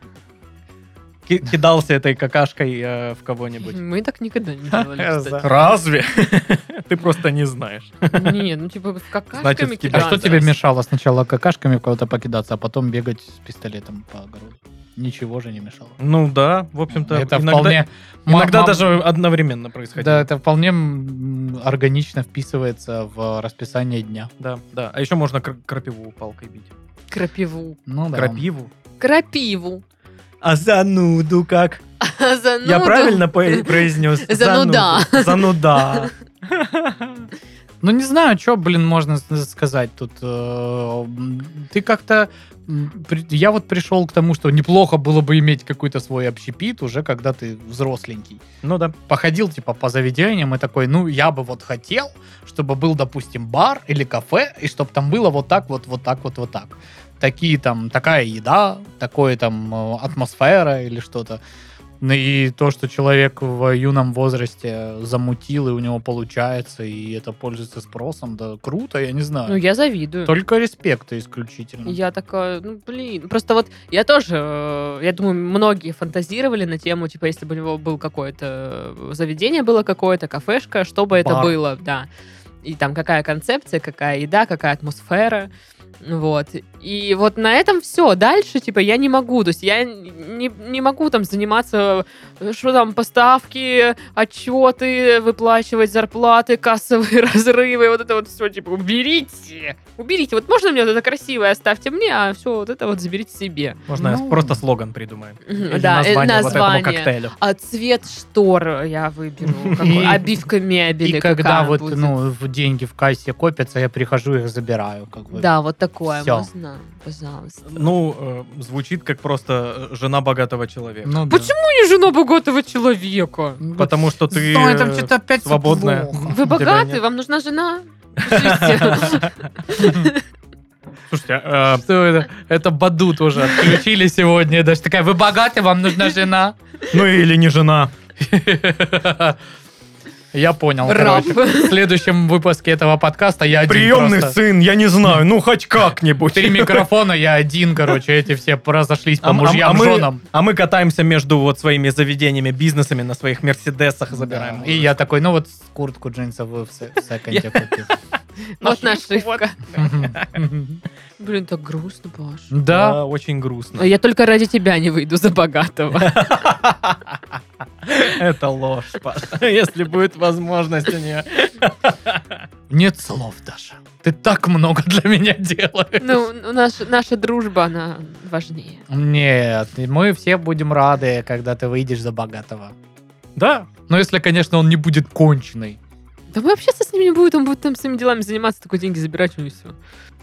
кидался этой какашкой в кого-нибудь. Мы так никогда не делали, кстати. Разве? Ты просто не знаешь. Не, ну, типа, в какашками Значит, А кидаться. что тебе мешало сначала какашками в кого-то покидаться, а потом бегать с пистолетом по огороду? Ничего же не мешало. Ну да, в общем-то, Это иногда, вполне... иногда Мам- даже одновременно происходило. Да, это вполне органично вписывается в расписание дня. Да, да. А еще можно крапиву палкой бить. Крапиву. Ну да. Крапиву? Крапиву. А зануду как? Зануду. Я правильно произнес? Зануда. Зануда. Ну, не знаю, что, блин, можно сказать тут. Ты как-то... Я вот пришел к тому, что неплохо было бы иметь какой-то свой общепит уже, когда ты взросленький. Ну да. Походил, типа, по заведениям и такой, ну, я бы вот хотел, чтобы был, допустим, бар или кафе, и чтобы там было вот так вот, вот так вот, вот так. Такие там, такая еда, такое там атмосфера или что-то. Ну и то, что человек в юном возрасте замутил, и у него получается, и это пользуется спросом, да круто, я не знаю. Ну, я завидую. Только респекта исключительно. Я такая, ну, блин. Просто вот я тоже, я думаю, многие фантазировали на тему, типа, если бы у него был какое-то заведение, было какое-то, кафешка, что бы это Бар. было, да. И там какая концепция, какая еда, какая атмосфера. Вот. И вот на этом все. Дальше, типа, я не могу. То есть я не могу там заниматься, что там, поставки, отчеты, выплачивать зарплаты, кассовые разрывы, вот это вот все, типа, уберите. Уберите. Вот можно мне вот это красивое оставьте мне, а все вот это вот заберите себе. Можно просто слоган придумаем. Или Да, название вот этому название. коктейлю. А цвет штор я выберу. Обивка мебели. И когда какая вот, будет. деньги в кассе копятся, я прихожу, их забираю. Как бы. Да, вот такое Всё. можно, пожалуйста. Ну, звучит как просто жена богатого человека. Ну, да. Почему не жена богатого человека? Потому что ты Ой, там что-то опять всё свободная. плохо. Вы Тебя богаты, нет. вам нужна жена? Пишите. Слушайте, Что это? Это Баду тоже отключили сегодня. Даже такая, вы богаты, вам нужна жена. ну или не жена. Я понял. Раб. Короче, в следующем выпуске этого подкаста я один Приемный просто. сын, я не знаю, ну хоть как-нибудь. 3 микрофона, я один, короче, эти все разошлись по мужьям, женам. А мы катаемся между вот своими заведениями, бизнесами на своих мерседесах забираем. И я такой, ну вот куртку джинсовую в секонде купил. Вот нашивка. Блин, так грустно, Паш. Да. Очень грустно. Я только ради тебя не выйду за богатого. Это ложь, Паша. Если будет возможность у нее. Нет слов даже. Ты так много для меня делаешь. Ну, наша дружба, она важнее. Нет, мы все будем рады, когда ты выйдешь за богатого. Да. Но если, конечно, он не будет конченый. Да мы общаться с ним не будем, он будет там своими делами заниматься, такой деньги забирать у него и все.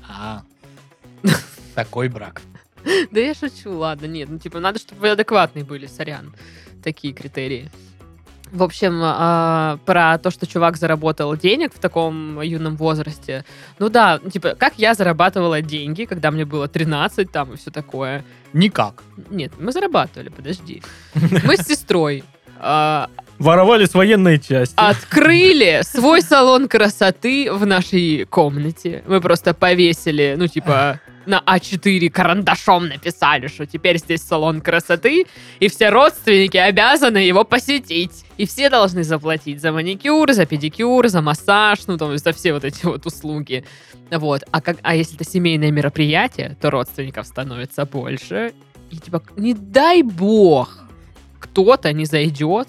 Такой брак. Да я шучу, ладно, нет, ну типа надо, чтобы вы адекватные были, сорян. Такие критерии. В общем, про то, что чувак заработал денег в таком юном возрасте. Ну да, типа, как я зарабатывала деньги, когда мне было 13 там и все такое. Никак. Нет, мы зарабатывали, подожди. Мы с сестрой Воровали с военной части. открыли свой салон красоты в нашей комнате. Мы просто повесили, ну, типа, на А4 карандашом написали, что теперь здесь салон красоты, и все родственники обязаны его посетить. И все должны заплатить за маникюр, за педикюр, за массаж, ну, там, за все вот эти вот услуги. Вот. А если это семейное мероприятие, то родственников становится больше. И, типа, не дай бог, кто-то не зайдет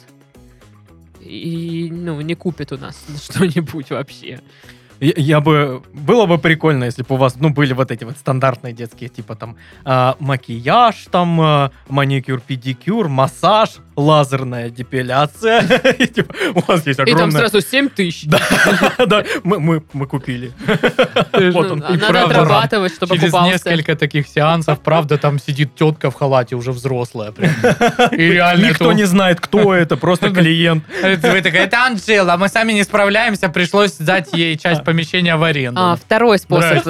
и, ну, не купит у нас что-нибудь вообще. Было бы прикольно, если бы у вас, ну, были вот эти вот стандартные детские, типа там макияж, там маникюр, педикюр, массаж, лазерная депиляция. И, типа, у вас есть И там огромная... сразу 7 тысяч. Да, мы купили. Вот он. И Надо правда, отрабатывать, чтобы Через покупался. несколько таких сеансов, правда, там сидит тетка в халате, уже взрослая прям. И реально Никто не знает, кто это, просто клиент. Вы такая, это Анжела, мы сами не справляемся, пришлось сдать ей часть помещения в аренду. Второй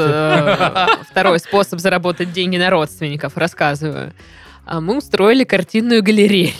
способ заработать деньги на родственников, рассказываю. Мы устроили картинную галерею.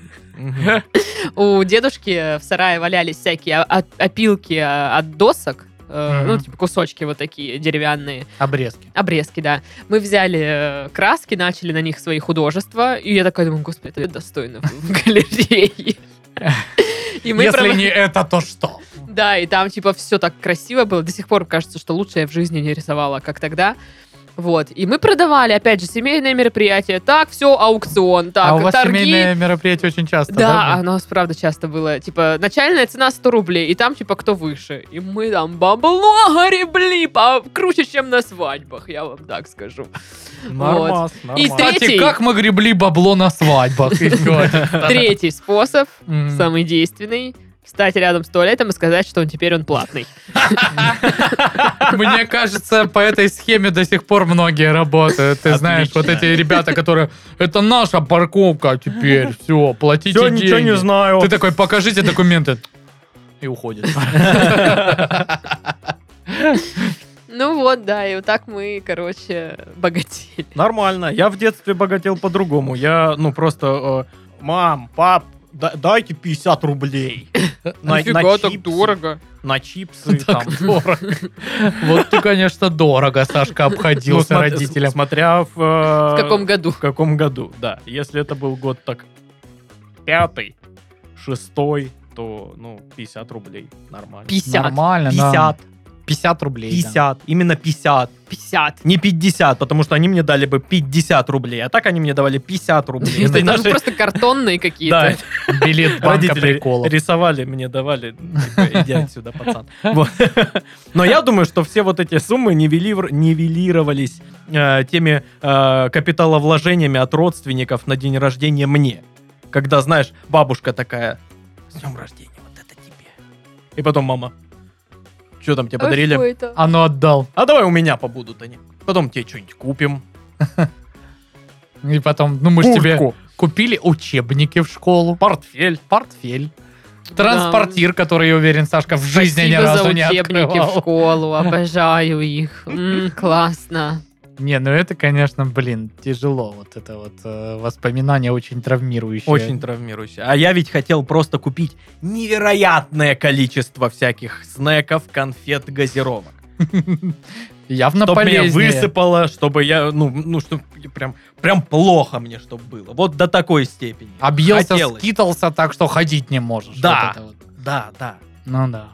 У дедушки в сарае валялись всякие опилки от досок, ну, типа кусочки вот такие деревянные. Обрезки, да. Мы взяли краски, начали на них свои художества, и я такая думаю, господи, это достойно в галерее. Если не это, то что? Да, и там, типа, все так красиво было. До сих пор кажется, что лучше я в жизни не рисовала, как тогда. Вот. И мы продавали, опять же, семейное мероприятие. Так, все, аукцион. Так, А у вас торги. семейные мероприятия очень часто, Да, у нас, правда, часто было. Типа, начальная цена 100 рублей, и там, типа, кто выше. И мы там бабло гребли, круче, чем на свадьбах, я вам так скажу. Нормас, И нормас. Кстати, третий. как мы гребли бабло на свадьбах? И всё. Третий способ, М. самый действенный. Встать рядом с туалетом и сказать, что теперь он платный. Мне кажется, по этой схеме до сих пор многие работают. Ты знаешь, вот Отлично. эти ребята, которые... Это наша парковка теперь, все, платите Все, деньги. ничего не знаю. Ты такой, покажите документы. И уходит. Ну вот, да, и вот так мы, короче, богатели. Нормально. Я в детстве богател по-другому. Я, ну, просто... мам, пап, дайте 50 рублей. Нифига, так чипсы. дорого. На чипсы там. Так дорого. Вот ты, конечно, дорого, Сашка, Ну, обходился родителям. Смотря В каком году? В каком году, да. Если это был год так 5-й, 6-й, то, ну, 50 рублей. Нормально. 50. Нормально, 50. 50 рублей. 50, именно 50. 50. Не 50, потому что они мне дали бы 50 рублей, а так они мне давали 50 рублей. Это Там наши- просто картонные Да, какие-то. Да. Билет банка родители приколов. рисовали, мне давали, типа, иди отсюда, пацан. Вот. Но я думаю, что все вот эти суммы нивелировались теми капиталовложениями от родственников на день рождения мне. Когда, знаешь, бабушка такая: с днем рождения, вот это тебе. И потом мама: что там тебе подарили? что это? Оно отдал. А давай у меня побудут они. Потом тебе что-нибудь купим. И потом, ну мы же тебе Куртку, купили учебники в школу, портфель. портфель, транспортир, который, я уверен, Сашка в жизни ни Спасибо разу за не учебники в открывал. школу, обожаю их. Классно. Не, ну это, конечно, тяжело. Вот это вот воспоминания очень травмирующие. Очень травмирующее. А я ведь хотел просто купить невероятное количество всяких снеков, конфет, газировок. Явно Чтобы меня полезнее. высыпало, чтобы я, чтобы прям плохо мне, чтобы было. Вот до такой степени. Объелся, Хотелось. скитался так, что ходить не можешь. Да. Вот это вот. Да. Ну да.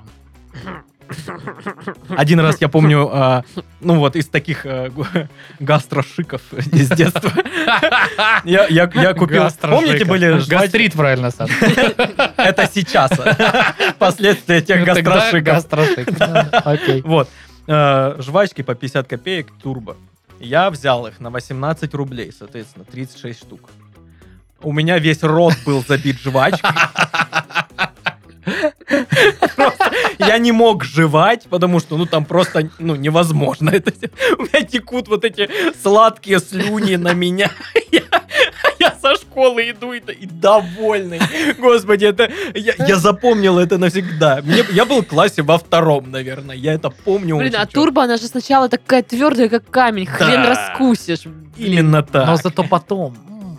Один раз я помню, из таких гастрошиков из детства. Я купил... Гастрошика. Помните, были жвачки? Гастрит, правильно, Саша. Это сейчас. Последствия тех Ну, тогда гастрошиков. гастрошик. Ну, окей. Вот. Жвачки по 50 копеек, турбо. Я взял их на 18 рублей, соответственно, 36 штук. У меня весь рот был забит жвачкой. Просто я не мог жевать, потому что, там просто, невозможно это сделать. У меня текут вот эти сладкие слюни на меня. Я со школы иду и довольный. Господи, это я запомнил это навсегда. Я был в классе во 2-м, наверное. Я это помню. Блин, очень а чётко. турбо, она же сначала такая твердая, как камень. Хрен Да. раскусишь. Блин. Именно так. Но зато потом.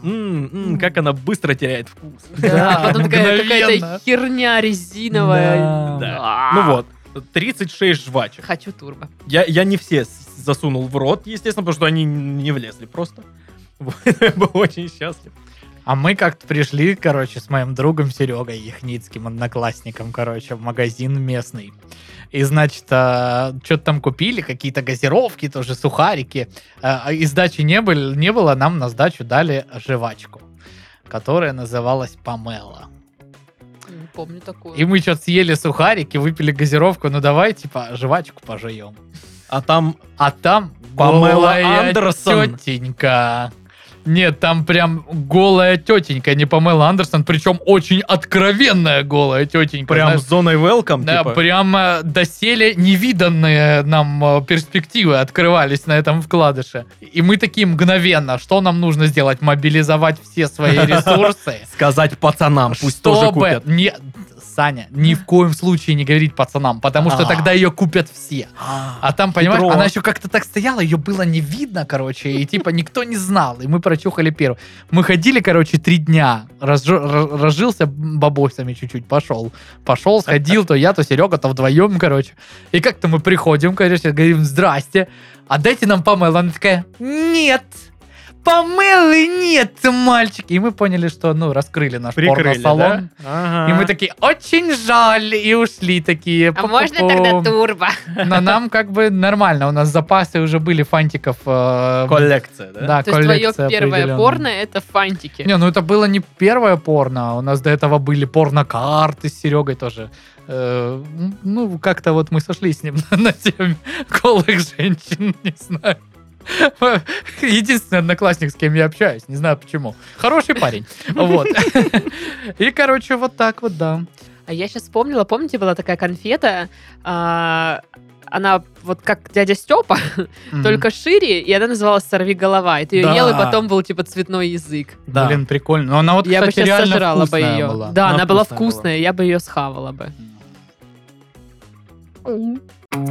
Как она быстро теряет вкус. Да, потом такая мгновенно. какая-то херня резиновая. Да. А. Ну вот, 36 жвачек. Хочу турбо. Я не все засунул в рот, естественно, потому что они не влезли просто. Вот, я был очень счастлив. А мы как-то пришли, с моим другом Серегой Яхницким, одноклассником, в магазин местный. И, значит, что-то там купили, какие-то газировки, тоже сухарики. И сдачи не было, нам на сдачу дали жвачку, которая называлась Помела. Не помню такую. И мы что-то съели сухарики, выпили газировку, ну давай, жвачку пожуем. А там А там Памела голая Андерсон. тетенька. Нет, там прям голая тетенька, не Памела Андерсон, причем очень откровенная голая тетенька. прям знаешь. с зоной welcome, Да, типа. прямо доселе невиданные нам перспективы открывались на этом вкладыше. И мы такие мгновенно, что нам нужно сделать? Мобилизовать все свои ресурсы. Сказать пацанам, пусть тоже Чтобы купят. не... Саня, ни в коем случае не говорить пацанам, потому что тогда ее купят все. А там, понимаешь, хитро. она еще как-то так стояла, ее было не видно, и никто не знал. И мы прочухали первым. Мы ходили, 3 дня, разжился бабосами чуть-чуть, пошел, сходил, то я, то Серега, то вдвоем, И как-то мы приходим, говорим: здрасте, а дайте нам Памелу. Она такая: нет, Памелы нет, мальчик. И мы поняли, что, раскрыли наш порно-салон. да? Ага. И мы такие: очень жаль, и ушли такие. А можно тогда турбо? Но нам нормально, у нас запасы уже были фантиков. Коллекция, да? Да, То есть твое коллекция первое определенная. порно — это фантики. Не, это было не первое порно, у нас до этого были порно-карты с Серегой тоже. Как-то мы сошлись с ним на теме голых женщин, не знаю. Единственный одноклассник, с кем я общаюсь, не знаю почему. Хороший парень. Вот. И, вот так вот, да. А я сейчас вспомнила, помните, была такая конфета, она вот как дядя Степа, только шире, и она называлась «Сорвиголова». И ты ее Да. ел, и потом был типа цветной язык. Да. Блин, прикольно. Но она Я бы кстати, сейчас реально сожрала бы вкусная ее. была. Да, она была вкусная вкусная, я бы ее схавала бы.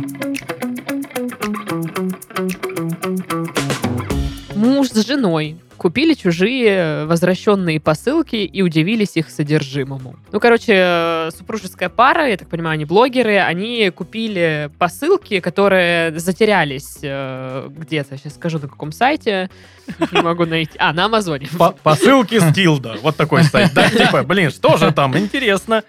Муж с женой купили чужие возвращенные посылки и удивились их содержимому. Ну, короче, супружеская пара, я так понимаю, они блогеры, они купили посылки, которые затерялись где-то, сейчас скажу, на каком сайте, не могу найти. На Амазоне. Посылки с Дилдо. Вот такой сайт. Да, типа, блин, что же там? Интересно.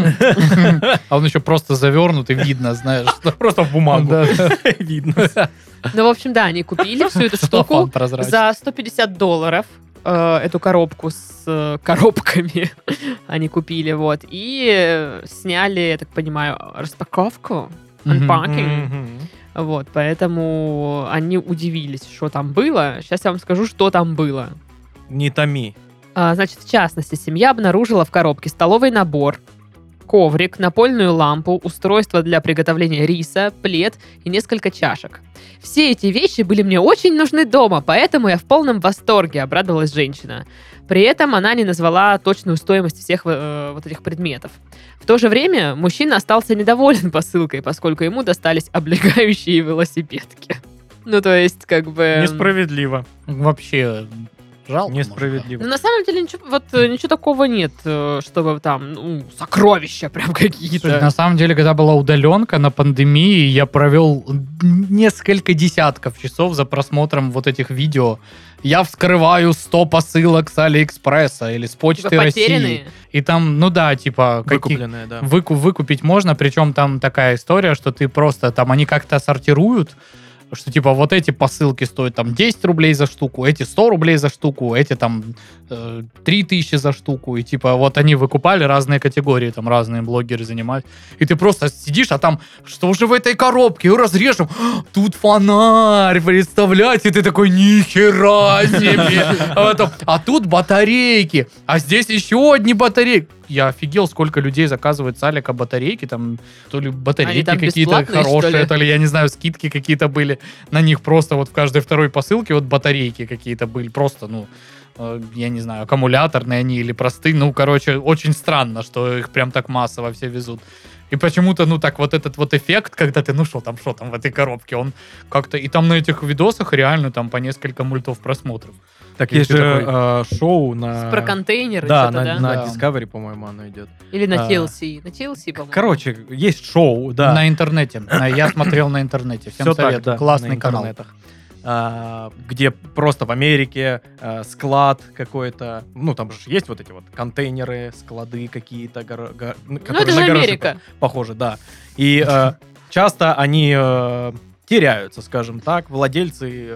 А он еще просто завернут и видно, знаешь. Просто в бумагу. Видно. Ну, в общем, да, они купили всю эту штуку за $150. Эту коробку с коробками они купили, вот. И сняли, я так понимаю, распаковку, unpacking. Вот, поэтому они удивились, что там было. Сейчас я вам скажу, что там было. Не томи. Значит, в частности, семья обнаружила в коробке столовый набор, коврик, напольную лампу, устройство для приготовления риса, плед и несколько чашек. Все эти вещи были мне очень нужны дома, поэтому я в полном восторге, обрадовалась женщина. При этом она не назвала точную стоимость всех вот этих предметов. В то же время мужчина остался недоволен посылкой, поскольку ему достались облегающие велосипедки. Ну, то есть, как бы... Несправедливо. Вообще... Жалко. Несправедливо. Но на самом деле ничего такого нет, чтобы там сокровища прям какие-то. На самом деле, когда была удаленка на пандемии, я провел несколько десятков часов за просмотром вот этих видео. Я вскрываю 100 посылок с Алиэкспресса или с Почты России. И там, выкупленные, да. Выкупить можно, причем там такая история, что ты просто, там они как-то сортируют, что, типа, вот эти посылки стоят там 10 рублей за штуку, эти 100 рублей за штуку, эти там 3000 за штуку. И, типа, вот они выкупали разные категории, там разные блогеры занимают. И ты просто сидишь, а там, что же в этой коробке? Разрежем. Тут фонарь, представляете? И ты такой, нихера себе. А тут батарейки. А здесь еще одни батарейки. Я офигел, сколько людей заказывают с Алика батарейки, там, то ли батарейки какие-то хорошие, то ли, я не знаю, скидки какие-то были на них, просто вот в каждой второй посылке вот батарейки какие-то были, просто, я не знаю, аккумуляторные они или простые, короче, очень странно, что их прям так массово все везут. И почему-то, так вот этот вот эффект, когда ты, что там в этой коробке, он как-то, и там на этих видосах реально там по несколько мультов просмотров. Так есть же шоу на... Про контейнеры, да, на Discovery, по-моему, оно идет. Или на TLC. На TLC, по-моему. Короче, есть шоу, да. На интернете. Я смотрел на интернете. Всем советую. Классный канал. Где просто в Америке склад какой-то, там же есть вот эти вот контейнеры, склады какие-то, это же Америка. Похоже, да. И часто они теряются, скажем так, владельцы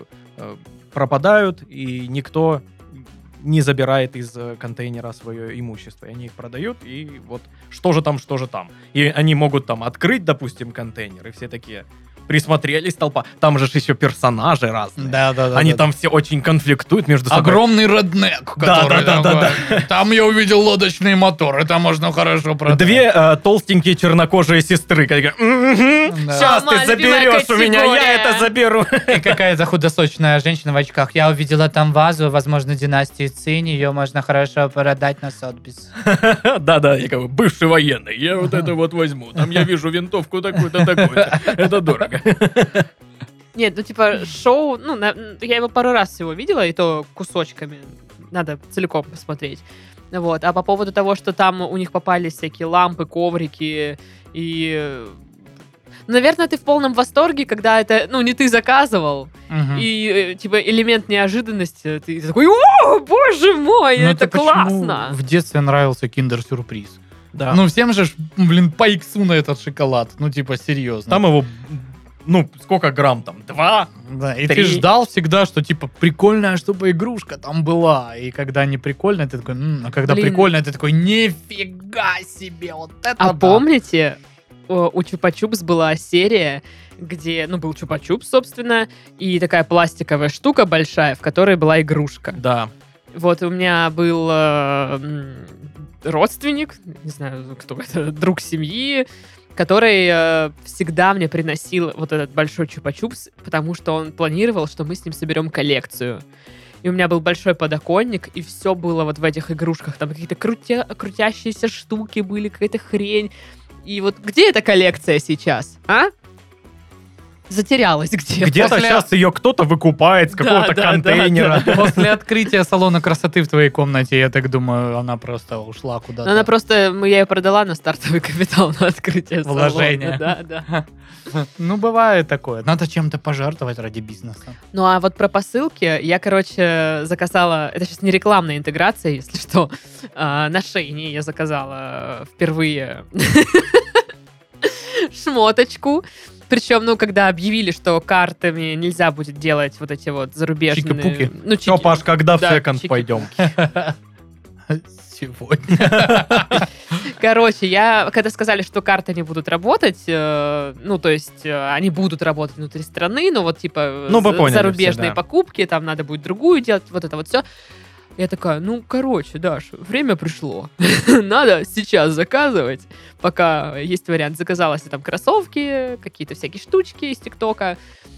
пропадают, и никто не забирает из контейнера свое имущество. И они их продают, и вот что же там. И они могут там открыть, допустим, контейнер, и все такие... Присмотрелись, толпа. Там же еще персонажи разные. Да. Они там все очень конфликтуют между собой. Огромный реднек, который... Да. Там я увидел лодочные моторы, там можно хорошо продать. Две толстенькие чернокожие сестры. Сейчас ты заберешь у меня, я это заберу. И какая-то худосочная женщина в очках. Я увидела там вазу, возможно, династии Цинь. Ее можно хорошо продать на Сотбис. Да, я как бы бывший военный. Я вот это вот возьму. Там я вижу винтовку такую-то, такую-то. Это дорого. Нет, шоу, я его пару раз всего видела, и то кусочками. Надо целиком посмотреть. Вот. А по поводу того, что там у них попались всякие лампы, коврики и... Наверное, ты в полном восторге, когда это, не ты заказывал, и, элемент неожиданности, ты такой, о, боже мой, это классно! В детстве нравился киндер-сюрприз. Да. Всем же, по иксу на этот шоколад. Серьезно. Там его... сколько грамм там? 2? Да, и 3? ты ждал всегда, что, прикольная, чтобы игрушка там была. И когда не прикольная, ты такой, а когда прикольная, ты такой, нифига себе, вот это А помните, у Чупа-Чупс была серия, где, был Чупа-Чупс, собственно, и такая пластиковая штука большая, в которой была игрушка. Да. Вот у меня был родственник, не знаю, кто это, друг семьи, который всегда мне приносил вот этот большой Чупа-Чупс, потому что он планировал, что мы с ним соберем коллекцию. И у меня был большой подоконник, и все было вот в этих игрушках. Там какие-то крутящиеся штуки были, какая-то хрень. И вот где эта коллекция сейчас, а? затерялась где-то. Где-то После- сейчас ее кто-то выкупает с какого-то Да, да, контейнера. После открытия салона красоты в твоей комнате, я так думаю, она просто ушла куда-то. Ну, она просто, я ее продала на стартовый капитал на открытие салона. Вложение. Да. Ну, бывает такое. Надо чем-то пожертвовать ради бизнеса. Ну, а вот про посылки я, короче, заказала... Это сейчас не рекламная интеграция, если что. На Шейне я заказала впервые шмоточку. Причем, ну, когда объявили, что картами нельзя будет делать вот эти вот зарубежные... Чики-пуки. Ну, Все, Паш, когда в Да, секонд чики. пойдем? Сегодня. Короче, когда сказали, что карты не будут работать, ну, то есть они будут работать внутри страны, но вот типа Ну, вы поняли зарубежные все, да. покупки, там надо будет другую делать, вот это вот все. Я такая, ну, короче, Даш, время пришло. Надо сейчас заказывать, пока есть вариант. Заказала себе там кроссовки, какие-то всякие штучки из ТикТока.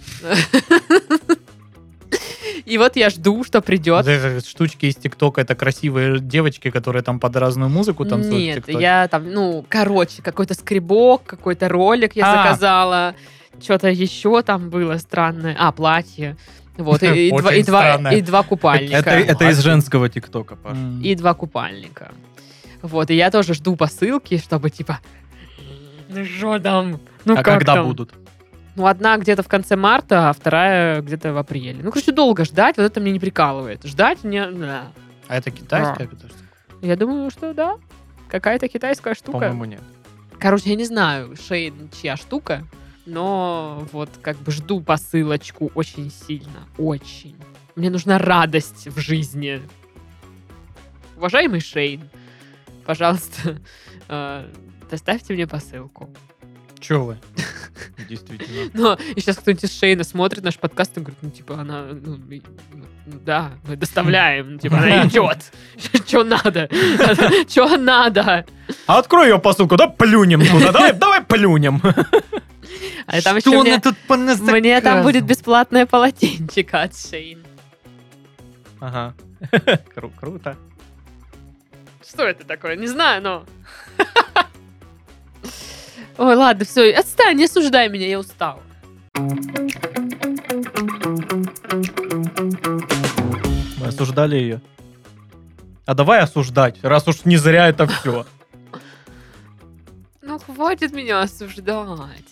И вот я жду, что придет. Вот эти штучки из ТикТока, это красивые девочки, которые там под разную музыку танцуют в Нет, ТикТоке. я там, ну, короче, какой-то скребок, какой-то ролик я заказала, что-то еще там было странное. Платье. Вот, и Очень странное. два купальника. Это из женского ТикТока, Паш. И 2 купальника. Вот, и я тоже жду посылки, чтобы типа, ну что там? Ну А как когда там? будут? Ну, одна где-то в конце марта, а вторая где-то в апреле. Ну, короче, долго ждать, вот это мне не прикалывает. Ждать мне... да. А это китайская? Это что? Я думаю, что да. Какая-то китайская штука. По-моему, нет. Короче, я не знаю, Шейн чья штука, но вот как бы жду посылочку очень сильно. Очень. Мне нужна радость в жизни. Уважаемый Шейн, пожалуйста, доставьте мне посылку. Че вы? Действительно. Но и сейчас кто-нибудь из Шейна смотрит наш подкаст и говорит, ну, типа, она, ну, да, мы доставляем, ну, типа, она идет. Что надо? Что надо? А открой ее посылку, да плюнем туда. Давай плюнем. А там Что еще она тут поназаказывала? мне там будет бесплатное полотенчико от Шейн. Ага. Круто. Что это такое? Не знаю, но... Ой, ладно, все, отстань, не осуждай меня, я устал. Мы осуждали ее. А давай осуждать, раз уж не зря это все. Ну, хватит меня осуждать.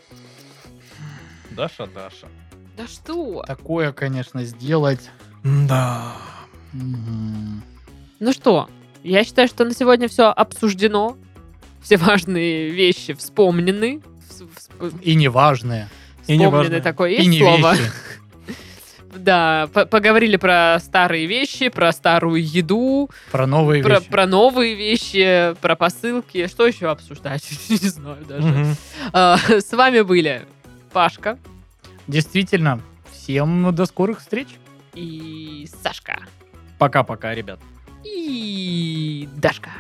Даша. Да что? Такое, конечно, сделать. Да. Мгм. Ну что, я считаю, что на сегодня все обсуждено. Все важные вещи вспомнены. И неважные. И не Вспомнены важно. такое И есть не слово. вещи. Да, поговорили про старые вещи, про старую еду, Про новые про, вещи. про новые вещи, про посылки. Что еще обсуждать? Не знаю даже. Мгм. С вами были Пашка Действительно, всем до скорых встреч. и Сашка Пока-пока, ребят. и Дашка.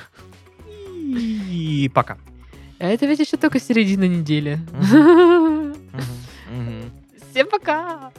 И пока. А это ведь еще только середина недели. Мгм. Всем пока!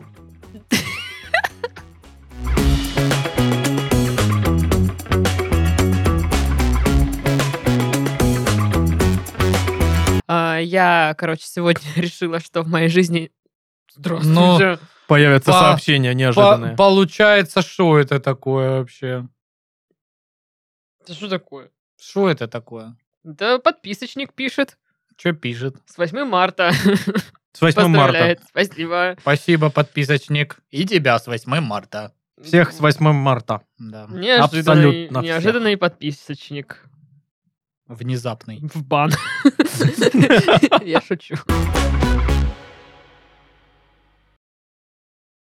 Я, короче, сегодня решила, что в моей жизни... Здравствуйте. Появятся По- сообщения неожиданные. Получается, что это такое вообще? Это что такое? Что это такое? Да подписочник пишет. Что пишет? С 8 марта. С 8 марта. Поздравляет. Спасибо. Спасибо, подписочник. И тебя с 8 марта. Всех с 8 марта. Да. Абсолютно Неожиданный подписочник. Внезапный. В бан. Я шучу.